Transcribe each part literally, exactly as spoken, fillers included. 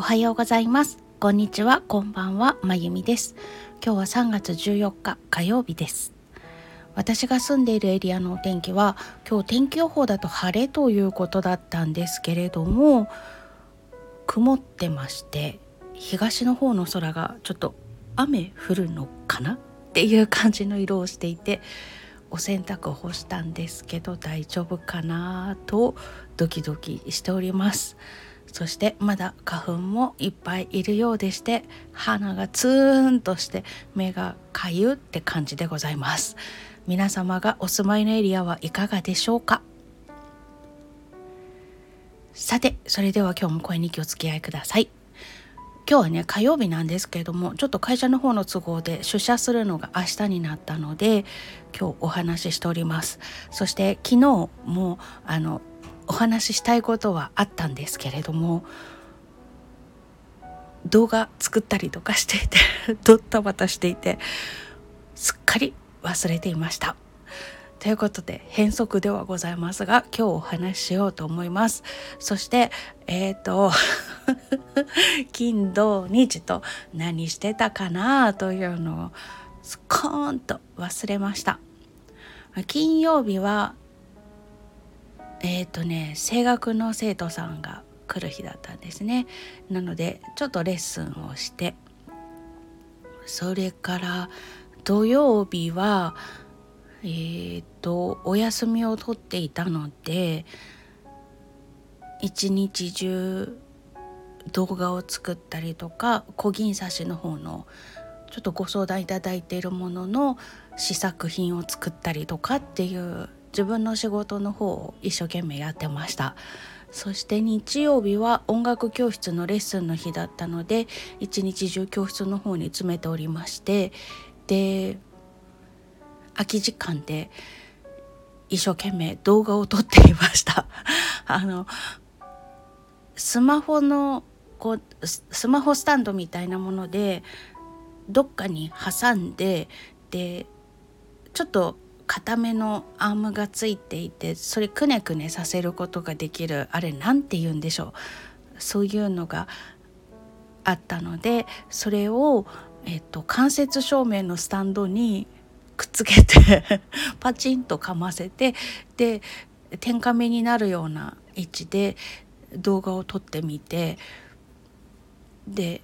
はようございます。こんにちは、こんばんは、まゆみです。今日はさんがつじゅうよっか火曜日です。私が住んでいるエリアのお天気は今日天気予報だと晴れということだったんですけれども、曇ってまして、東の方の空がちょっと雨降るのかなっていう感じの色をしていて、お洗濯を干したんですけど大丈夫かなとドキドキしております。そしてまだ花粉もいっぱいいるようでして、鼻がツーンとして目がかゆって感じでございます。皆様がお住まいのエリアはいかがでしょうか。さて、それでは今日も声に気をつけ合いください。今日はね、火曜日なんですけれども、ちょっと会社の方の都合で出社するのが明日になったので今日お話ししております。そして昨日もあのお話ししたいことはあったんですけれども、動画作ったりとかしていてドッタバタしていてすっかり忘れていました。ということで変則ではございますが、今日お話ししようと思います。そしてえっと金土日と何してたかなというのをスコーンと忘れました。金曜日はえっとね声楽の生徒さんが来る日だったんですね。なのでちょっとレッスンをして、それから土曜日はえー、とお休みを取っていたので一日中動画を作ったりとか、小銀刺しの方のちょっとご相談いただいているものの試作品を作ったりとかっていう自分の仕事の方を一生懸命やってました。そして日曜日は音楽教室のレッスンの日だったので一日中教室の方に詰めておりまして、で空き時間で一生懸命動画を撮っていましたあのスマホのこうスマホスタンドみたいなものでどっかに挟んで、でちょっと固めのアームがついていて、それくねくねさせることができる、あれなんて言うんでしょう、そういうのがあったので、それを、えっと、間接照明のスタンドにくっつけてパチンとかませて、で天カメになるような位置で動画を撮ってみて、で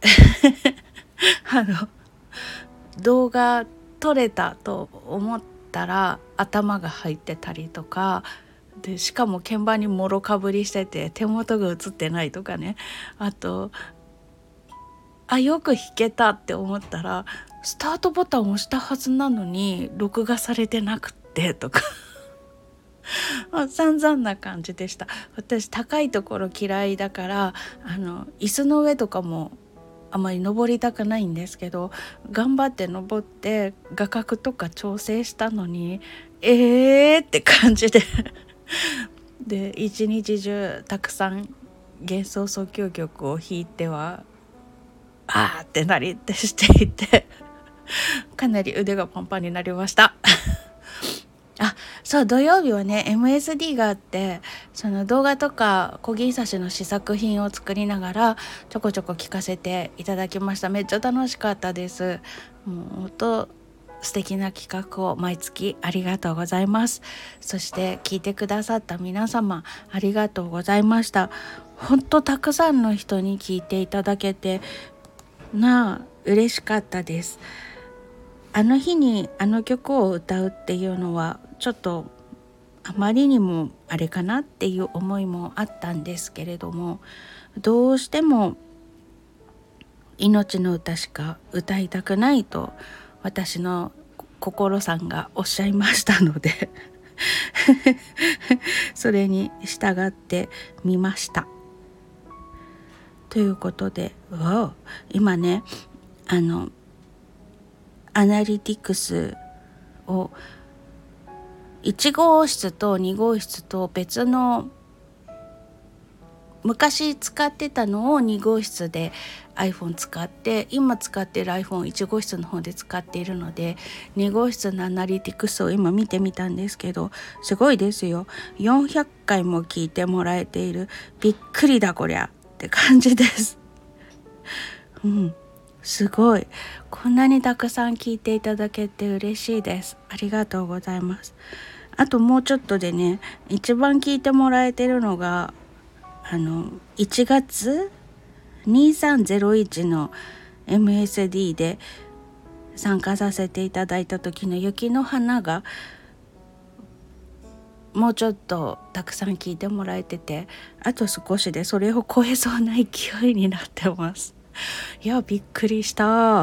あの動画撮れたと思ったら頭が入ってたりとかで、しかも鍵盤にもろかぶりしてて手元が映ってないとかね、あとあよく弾けたって思ったらスタートボタンを押したはずなのに録画されてなくってとか散々な感じでした。私高いところ嫌いだから、あの椅子の上とかもあまり登りたくないんですけど、頑張って登って画角とか調整したのにえーって感じでで一日中たくさん幻想即興曲を弾いてはあーってなりってしていてかなり腕がパンパンになりましたあ、そう、土曜日はね エムエスディー があって、その動画とか小銀刺しの試作品を作りながらちょこちょこ聞かせていただきました。めっちゃ楽しかったです。もう本当素敵な企画を毎月ありがとうございます。そして聞いてくださった皆様ありがとうございました。本当たくさんの人に聞いていただけてなあ嬉しかったです。あの日にあの曲を歌うっていうのはちょっとあまりにもあれかなっていう思いもあったんですけれども、どうしても命の歌しか歌いたくないと私の心さんがおっしゃいましたのでそれに従ってみました。ということで、今ねあのアナリティクスをいち号室とに号室と別の昔使ってたのをに号室で iPhone 使って、今使っている アイフォンいち号室の方で使っているのでに号室のアナリティクスを今見てみたんですけど、すごいですよ。よんひゃっかいも聞いてもらえている。びっくりだこりゃって感じです。 うん、すごい。こんなにたくさん聞いていただけて嬉しいです。ありがとうございます。あともうちょっとでね、一番聞いてもらえてるのがあのいちがつにさんぜろいちの エムエスディー で参加させていただいた時の雪の花がもうちょっとたくさん聞いてもらえてて、あと少しでそれを超えそうな勢いになってます。いやびっくりした。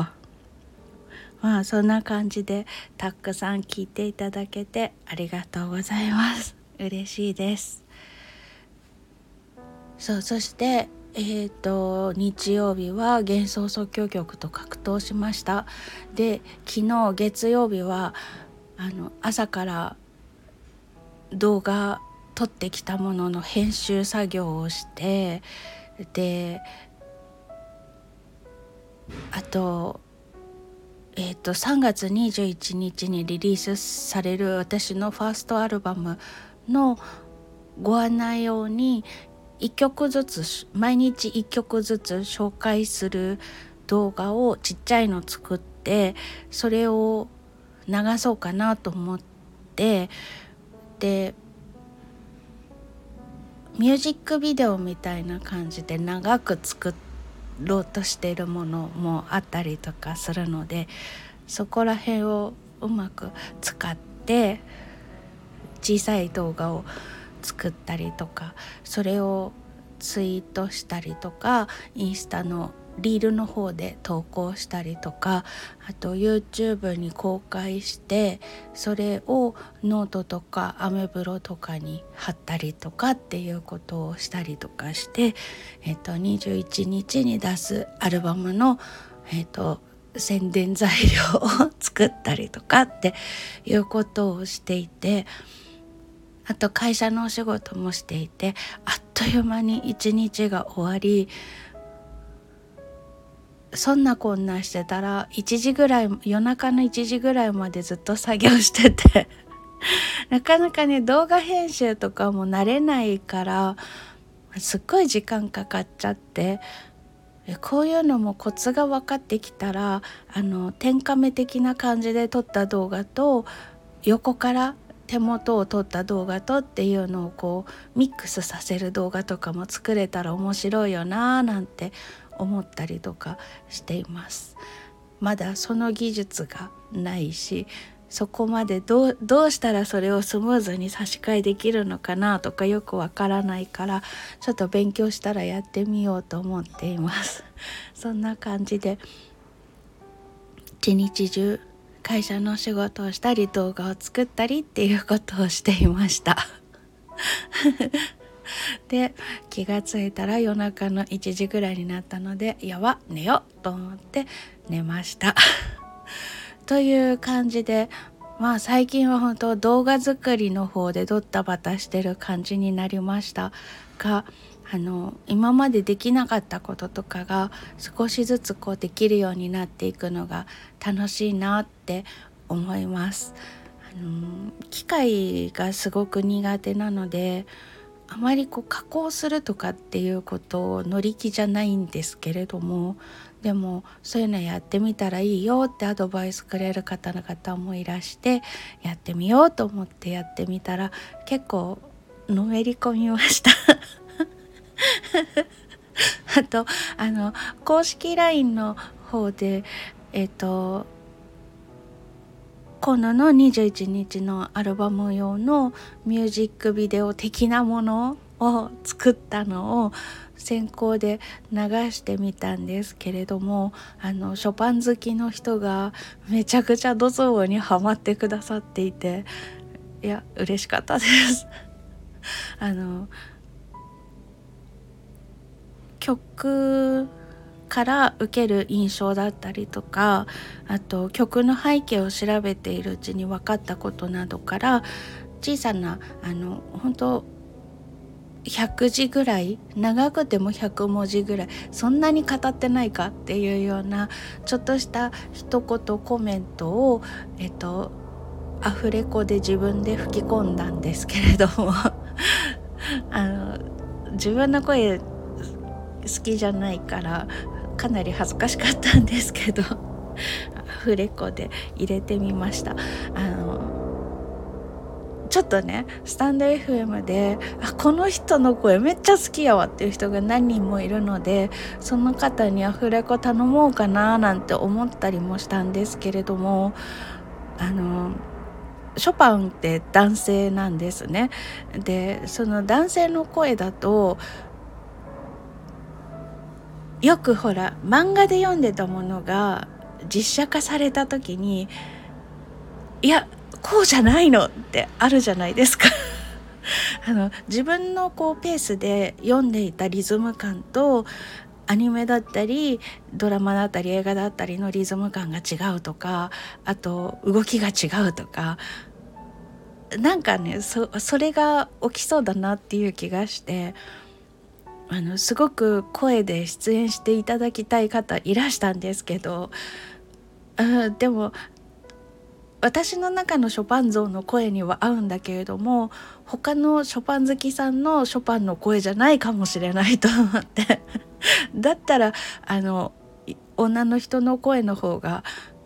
まあそんな感じでたくさん聞いていただけてありがとうございます。嬉しいです。そう、そしてえーと日曜日は幻想即興曲と格闘しました。で昨日月曜日はあの朝から動画撮ってきたものの編集作業をして、であとえーとさんがつにじゅういちにちにリリースされる私のファーストアルバムのご案内用にいっきょくずつ毎日いっきょくずつ紹介する動画をちっちゃいの作って、それを流そうかなと思って、でミュージックビデオみたいな感じで長く作ろうとしているものもあったりとかするので、そこら辺をうまく使って小さい動画を作ったりとか、それをツイートしたりとか、インスタのリールの方で投稿したりとか、あと YouTube に公開してそれをノートとかアメブロとかに貼ったりとかっていうことをしたりとかして、えっと、にじゅういちにちに出すアルバムの、えっと、宣伝材料を作ったりとかっていうことをしていて、あと会社のお仕事もしていて、あっという間に一日が終わり、そんなこんなしてたらいちじぐらい、夜中のいちじぐらいまでずっと作業しててなかなかね動画編集とかも慣れないからすっごい時間かかっちゃって、こういうのもコツが分かってきたら、あの天カメ的な感じで撮った動画と横から手元を撮った動画とっていうのをこうミックスさせる動画とかも作れたら面白いよななんて思ったりとかしています。まだその技術がないし、そこまでどう、どうしたらそれをスムーズに差し替えできるのかなとかよくわからないから、ちょっと勉強したらやってみようと思っていますそんな感じで一日中会社の仕事をしたり動画を作ったりっていうことをしていましたで気がついたら夜中のいちじぐらいになったので、やば寝ようと思って寝ましたという感じで、まあ最近は本当動画作りの方でドッタバタしてる感じになりましたが、あの今までできなかったこととかが少しずつこうできるようになっていくのが楽しいなって思います。あの機械がすごく苦手なので、あまりこう加工するとかっていうことを乗り気じゃないんですけれども、でもそういうのやってみたらいいよってアドバイスくれる方々もいらして、やってみようと思ってやってみたら結構のめり込みましたあとあの公式 ライン の方でえっと今度のにじゅういちにちのアルバム用のミュージックビデオ的なものを作ったのを先行で流してみたんですけれども、あのショパン好きの人がめちゃくちゃドツボにハマってくださっていて、いや嬉しかったですあの曲から受ける印象だったりとか、あと曲の背景を調べているうちに分かったことなどから、小さなあの本当ひゃくじぐらい、長くてもひゃくもじぐらい、そんなに語ってないかっていうようなちょっとした一言コメントをえっとアフレコで自分で吹き込んだんですけれどもあの自分の声好きじゃないからかなり恥ずかしかったんですけどアフレコで入れてみました。あのちょっとねスタンド エフエム であこの人の声めっちゃ好きやわっていう人が何人もいるので、その方にアフレコ頼もうかななんて思ったりもしたんですけれども、あのショパンって男性なんですね。でその男性の声だとよくほら漫画で読んでたものが実写化された時にいやこうじゃないのってあるじゃないですかあの自分のこうペースで読んでいたリズム感とアニメだったりドラマだったり映画だったりのリズム感が違うとか、あと動きが違うとか、なんかね そ, それが起きそうだなっていう気がして、あのすごく声で出演していただきたい方いらしたんですけど、あでも私の中のショパン像の声には合うんだけれども、他のショパン好きさんのショパンの声じゃないかもしれないと思ってだったらあの女の人の声の方が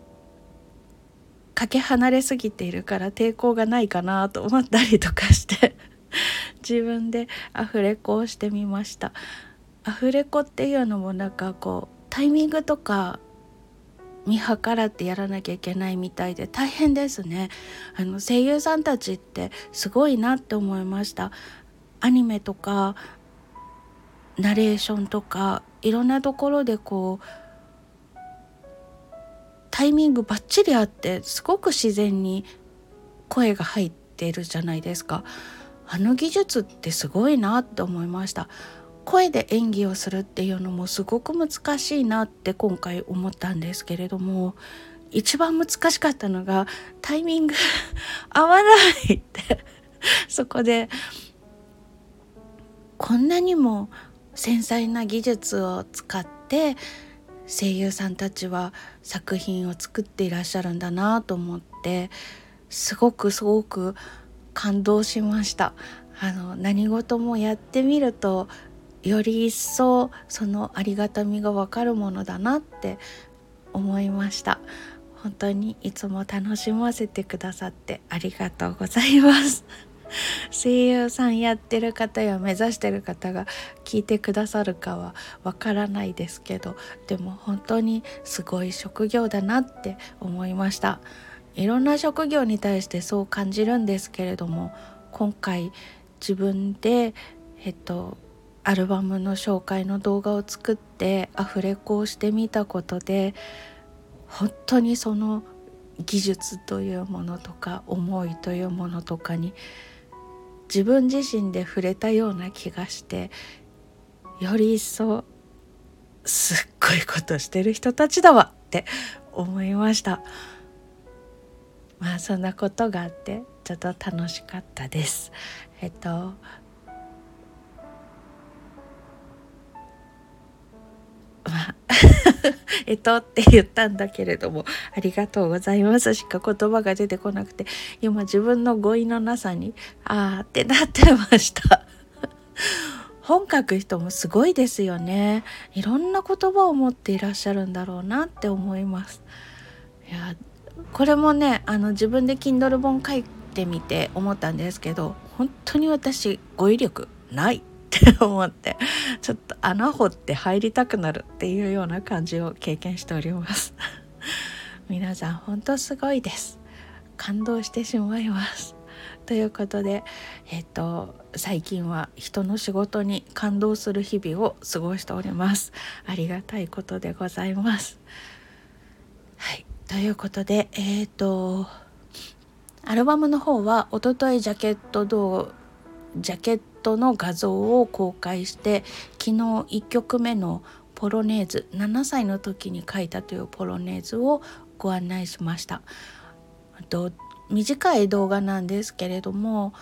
かけ離れすぎているから抵抗がないかなと思ったりとかして自分でアフレコをしてみました。アフレコっていうのもなんかこうタイミングとか見計らってやらなきゃいけないみたいで大変ですね。あの声優さんたちってすごいなって思いました。アニメとかナレーションとかいろんなところでこうタイミングバッチリあってすごく自然に声が入っているじゃないですか。あの技術ってすごいなって思いました。声で演技をするっていうのもすごく難しいなって今回思ったんですけれども、一番難しかったのがタイミング合わないってそこでこんなにも繊細な技術を使って声優さんたちは作品を作っていらっしゃるんだなと思って、すごくすごく感動しました。あの何事もやってみるとより一層そのありがたみがわかるものだなって思いました。本当にいつも楽しませてくださってありがとうございます声優さんやってる方や目指してる方が聞いてくださるかはわからないですけど、でも本当にすごい職業だなって思いました。いろんな職業に対してそう感じるんですけれども、今回自分でえっとアルバムの紹介の動画を作ってアフレコをしてみたことで、本当にその技術というものとか思いというものとかに自分自身で触れたような気がして、より一層すっごいことしてる人たちだわって思いました。まあそんなことがあってちょっと楽しかったです。えっとまあえっとって言ったんだけれども、ありがとうございますしか言葉が出てこなくて、今自分の語彙のなさにあーってなってました本書く人もすごいですよね。いろんな言葉を持っていらっしゃるんだろうなって思います。いやこれもねあの自分で Kindle 本書いてみて思ったんですけど、本当に私語彙力ないって思って、ちょっと穴掘って入りたくなるっていうような感じを経験しております皆さん本当すごいです。感動してしまいますということで、えっと最近は人の仕事に感動する日々を過ごしております。ありがたいことでございます。はい、ということでえっとアルバムの方は一昨日ジャケット動ジャケットの画像を公開して、昨日いっきょくめのポロネーズ、ななさいの時に書いたというポロネーズをご案内しました。と短い動画なんですけれども、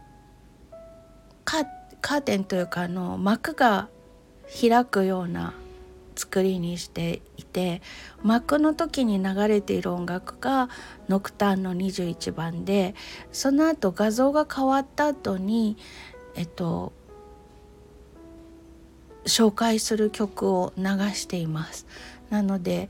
カカーテンというかあの幕が開くような作りにしていて、幕の時に流れている音楽がノクターンのにじゅういちばんで、その後画像が変わった後にえっと紹介する曲を流しています。なので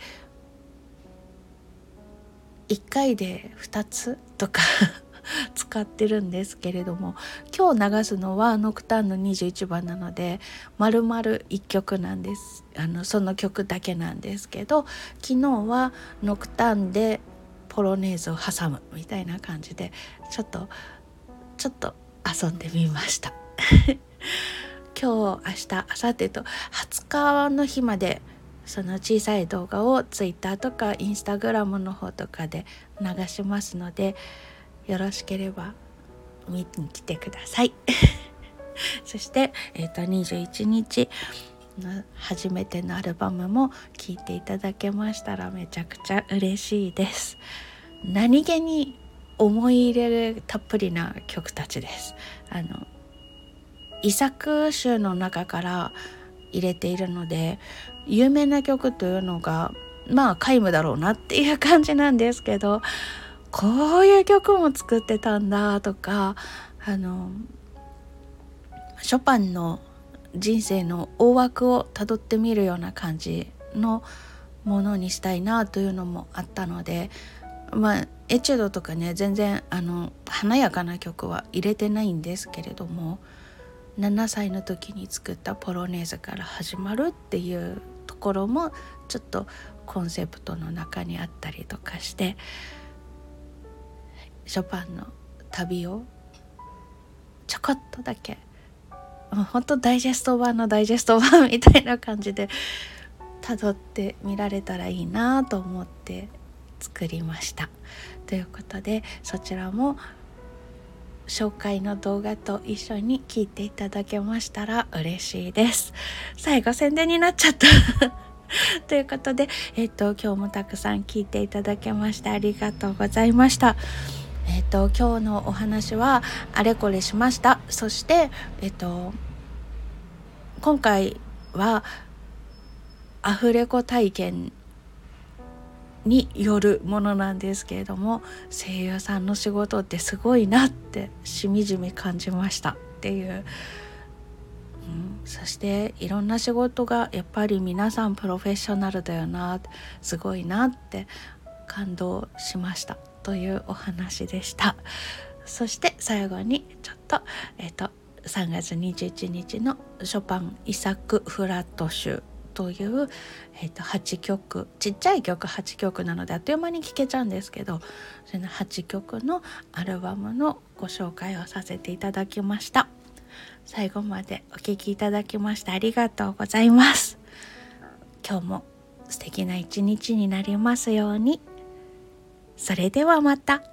いっかいでふたつとか使ってるんですけれども、今日流すのはノクターンのにじゅういちばんなので丸々いっきょくなんです。あのその曲だけなんですけど、昨日はノクターンでポロネーズを挟むみたいな感じでちょっとちょっと遊んでみました今日明日明後日とはつかの日までその小さい動画をツイッターとかインスタグラムの方とかで流しますので、よろしければ見に来てくださいそして、えーと、にじゅういちにちの初めてのアルバムも聴いていただけましたらめちゃくちゃ嬉しいです。何気に思い入れたっぷりな曲たちです。あの遺作集の中から入れているので、有名な曲というのがまあ皆無だろうなっていう感じなんですけど、こういう曲も作ってたんだとか、あのショパンの人生の大枠をたどってみるような感じのものにしたいなというのもあったので、まあエチュードとかね、全然あの華やかな曲は入れてないんですけれども、ななさいの時に作ったポロネーズから始まるっていうところもちょっとコンセプトの中にあったりとかして、ショパンの旅をちょこっとだけ、もうほんとダイジェスト版のダイジェスト版みたいな感じで辿ってみられたらいいなと思って作りました。ということで、そちらも紹介の動画と一緒に聞いていただけましたら嬉しいです。最後宣伝になっちゃったということで、えっと今日もたくさん聞いていただけましてありがとうございました。えっと今日のお話はあれこれしました。そしてえっと今回はアフレコ体験によるものなんですけれども、声優さんの仕事ってすごいなってしみじみ感じましたっていう、うん、そしていろんな仕事がやっぱり皆さんプロフェッショナルだよな、すごいなって感動しましたというお話でした。そして最後にちょっとえっとさんがつにじゅういちにちのショパン遺作フラット集という、えー、とはちきょく、ちっちゃい曲はちきょくなのであっという間に聴けちゃうんですけど、そのはちきょくのアルバムのご紹介をさせていただきました。最後までお聴きいただきましてありがとうございます。今日も素敵な一日になりますように。それではまた。